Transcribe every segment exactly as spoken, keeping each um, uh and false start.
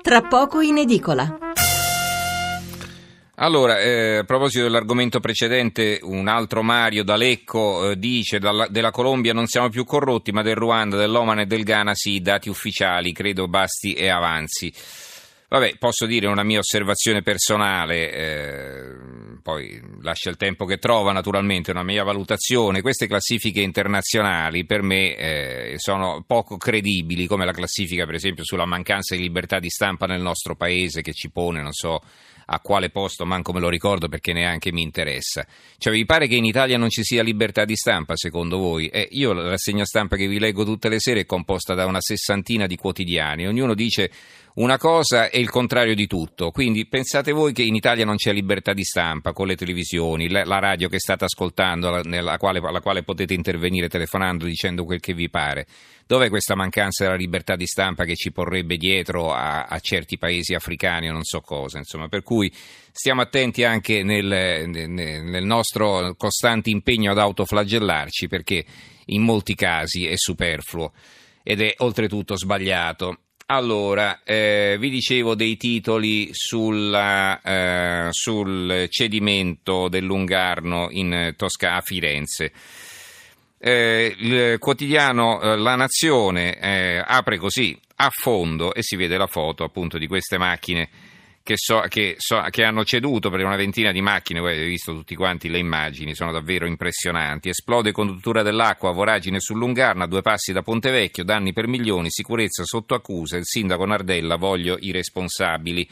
tra poco in edicola. Allora, eh, a proposito dell'argomento precedente, un altro Mario da Lecco eh, dice dalla, della Colombia non siamo più corrotti, ma del Ruanda, dell'Oman e del Ghana sì, dati ufficiali, credo basti e avanzi. Vabbè, posso dire una mia osservazione personale, eh, poi lascia il tempo che trova naturalmente, una mia valutazione. Queste classifiche internazionali per me eh, sono poco credibili, come la classifica per esempio sulla mancanza di libertà di stampa nel nostro paese, che ci pone, non so a quale posto, manco me lo ricordo perché neanche mi interessa. Cioè, vi pare che in Italia non ci sia libertà di stampa, secondo voi? Eh, io la rassegna stampa che vi leggo tutte le sere è composta da una sessantina di quotidiani, ognuno dice una cosa e il contrario di tutto, quindi pensate voi che in Italia non c'è libertà di stampa con le televisioni, la, la radio che state ascoltando, nella quale, alla quale potete intervenire telefonando dicendo quel che vi pare. Dov'è questa mancanza della libertà di stampa che ci porrebbe dietro a, a certi paesi africani o non so cosa, insomma, per cui stiamo attenti anche nel, nel, nel nostro costante impegno ad autoflagellarci, perché in molti casi è superfluo ed è oltretutto sbagliato. Allora, eh, vi dicevo dei titoli sulla, eh, sul cedimento del Lungarno in Toscana, a Firenze. Eh, il quotidiano eh, La Nazione eh, apre così a fondo e si vede la foto appunto di queste macchine che, so, che, so, che hanno ceduto, per una ventina di macchine. Voi avete visto tutti quanti le immagini, sono davvero impressionanti. Esplode conduttura dell'acqua, voragine sul Lungarno, a due passi da Pontevecchio, danni per milioni, sicurezza sotto accusa, il sindaco Nardella, voglio i responsabili.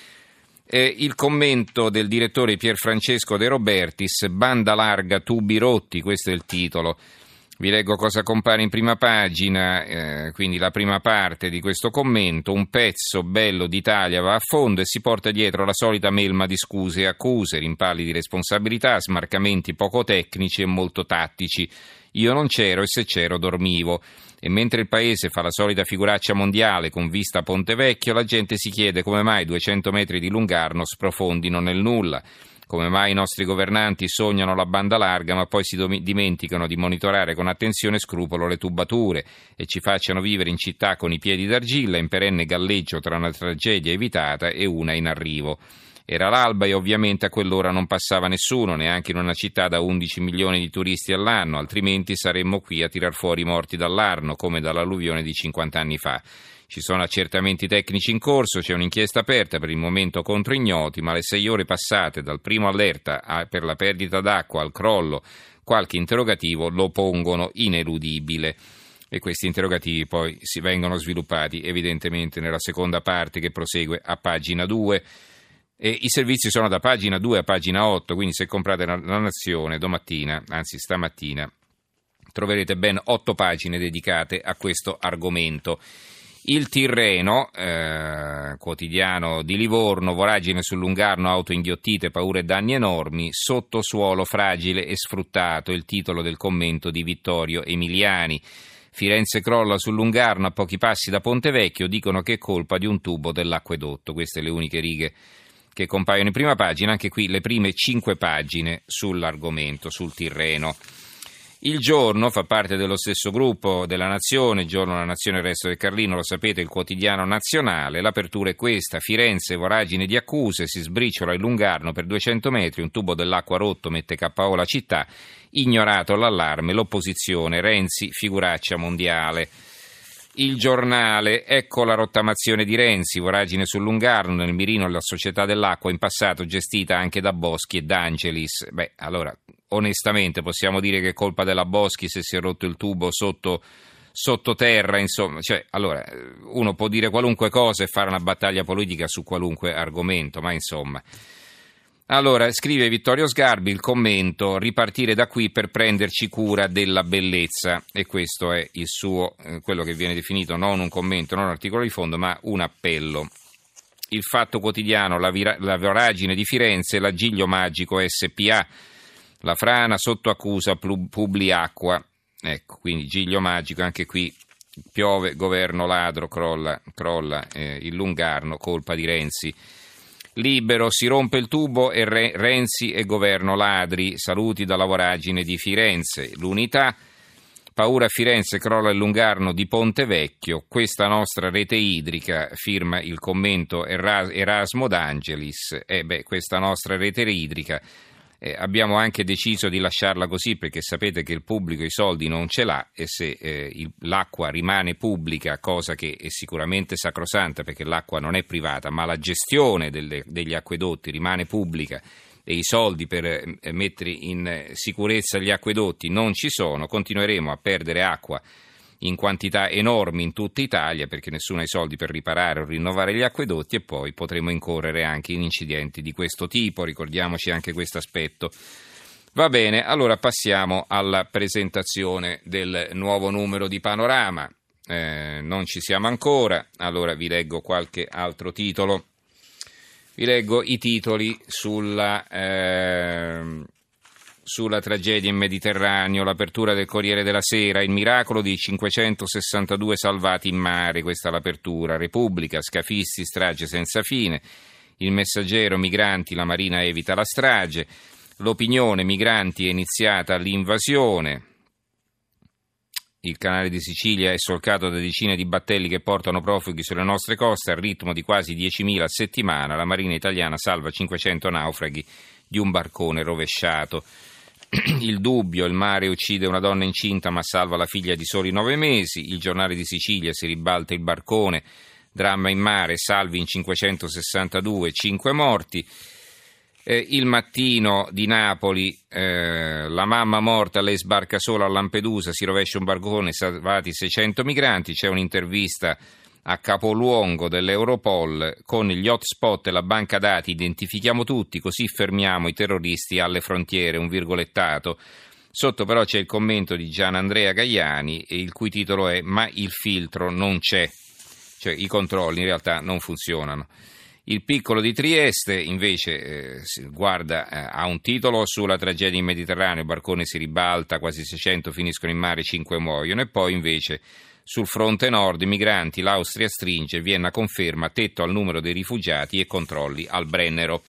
Eh, il commento del direttore Pierfrancesco De Robertis, banda larga, tubi rotti, questo è il titolo. Vi leggo cosa compare in prima pagina, eh, quindi la prima parte di questo commento. Un pezzo bello d'Italia va a fondo e si porta dietro la solita melma di scuse e accuse, rimpalli di responsabilità, smarcamenti poco tecnici e molto tattici. Io non c'ero e se c'ero dormivo. E mentre il paese fa la solita figuraccia mondiale con vista a Pontevecchio, la gente si chiede come mai duecento metri di Lungarno sprofondino nel nulla. Come mai i nostri governanti sognano la banda larga ma poi si dom- dimenticano di monitorare con attenzione e scrupolo le tubature e ci facciano vivere in città con i piedi d'argilla in perenne galleggio tra una tragedia evitata e una in arrivo. Era l'alba e ovviamente a quell'ora non passava nessuno, neanche in una città da undici milioni di turisti all'anno, altrimenti saremmo qui a tirar fuori i morti dall'Arno come dall'alluvione di cinquanta anni fa. Ci sono accertamenti tecnici in corso, c'è un'inchiesta aperta per il momento contro ignoti, ma le sei ore passate dal primo allerta a, per la perdita d'acqua al crollo, qualche interrogativo lo pongono ineludibile. E questi interrogativi poi si vengono sviluppati evidentemente nella seconda parte che prosegue a pagina due. E i servizi sono da pagina due a pagina otto, quindi se comprate la, la Nazione domattina, anzi stamattina, troverete ben otto pagine dedicate a questo argomento. Il Tirreno, eh, quotidiano di Livorno, voragine sul Lungarno, auto inghiottite, paure e danni enormi, sottosuolo fragile e sfruttato, il titolo del commento di Vittorio Emiliani. Firenze crolla sul Lungarno a pochi passi da Pontevecchio, dicono che è colpa di un tubo dell'acquedotto. Queste le uniche righe che compaiono in prima pagina, anche qui le prime cinque pagine sull'argomento, sul Tirreno. Il Giorno fa parte dello stesso gruppo della Nazione, il Giorno, la Nazione, il Resto del Carlino, lo sapete, il quotidiano nazionale. L'apertura è questa: Firenze, voragine di accuse, si sbriciola il Lungarno per duecento metri, un tubo dell'acqua rotto mette K O la città, ignorato l'allarme, l'opposizione, Renzi, figuraccia mondiale. Il Giornale, ecco la rottamazione di Renzi, voragine sul Lungarno, nel mirino la società dell'acqua, in passato gestita anche da Boschi e D'Angelis. Beh, allora, onestamente possiamo dire che è colpa della Boschi se si è rotto il tubo sotto, sottoterra, insomma, cioè, allora, uno può dire qualunque cosa e fare una battaglia politica su qualunque argomento, ma insomma. Allora, scrive Vittorio Sgarbi, il commento: ripartire da qui per prenderci cura della bellezza, e questo è il suo, eh, quello che viene definito non un commento, non un articolo di fondo, ma un appello. Il Fatto Quotidiano, la, vira- la voragine di Firenze, l'Agiglio Magico S P A, la frana sotto accusa Publiacqua. Ecco, quindi Giglio Magico, anche qui piove, governo ladro, crolla, crolla eh, il Lungarno, colpa di Renzi. Libero, si rompe il tubo e Re- Renzi e governo ladri, saluti dalla voragine di Firenze. L'Unità, Paura a Firenze, crolla il lungarno di Ponte Vecchio, questa nostra rete idrica, firma il commento Erasmo D'Angelis, e beh, questa nostra rete idrica eh, abbiamo anche deciso di lasciarla così perché sapete che il pubblico i soldi non ce l'ha e se eh, il, l'acqua rimane pubblica, cosa che è sicuramente sacrosanta perché l'acqua non è privata, ma la gestione delle, degli acquedotti rimane pubblica e i soldi per mettere in sicurezza gli acquedotti non ci sono, continueremo a perdere acqua in quantità enormi in tutta Italia perché nessuno ha i soldi per riparare o rinnovare gli acquedotti e poi potremo incorrere anche in incidenti di questo tipo, ricordiamoci anche questo aspetto. Va bene, allora passiamo alla presentazione del nuovo numero di Panorama. Eh, non ci siamo ancora, allora vi leggo qualche altro titolo. Vi leggo i titoli sulla, eh, sulla tragedia in Mediterraneo, l'apertura del Corriere della Sera, il miracolo di cinquecentosessantadue salvati in mare, questa è l'apertura, Repubblica, scafisti, strage senza fine, il Messaggero, migranti, la Marina evita la strage, l'Opinione, migranti, è iniziata l'invasione. Il canale di Sicilia è solcato da decine di battelli che portano profughi sulle nostre coste al ritmo di quasi diecimila a settimana. La Marina italiana salva cinquecento naufraghi di un barcone rovesciato. Il Dubbio, il mare uccide una donna incinta ma salva la figlia di soli nove mesi. Il Giornale di Sicilia, si ribalta il barcone, dramma in mare, salvi in cinquecentosessantadue, cinque morti. Eh, il Mattino di Napoli, eh, la mamma morta, lei sbarca sola a Lampedusa, si rovescia un barcone, salvati seicento migranti, c'è un'intervista a capoluogo dell'Europol con gli hotspot e la banca dati, identifichiamo tutti così fermiamo i terroristi alle frontiere, un virgolettato. Sotto però c'è il commento di Gianandrea Gaiani, il cui titolo è Ma il filtro non c'è, cioè i controlli in realtà non funzionano. Il Piccolo di Trieste invece eh, guarda eh, ha un titolo sulla tragedia in Mediterraneo, il barcone si ribalta, quasi seicento finiscono in mare, cinque muoiono, e poi invece sul fronte nord migranti, l'Austria stringe, Vienna conferma tetto al numero dei rifugiati e controlli al Brennero.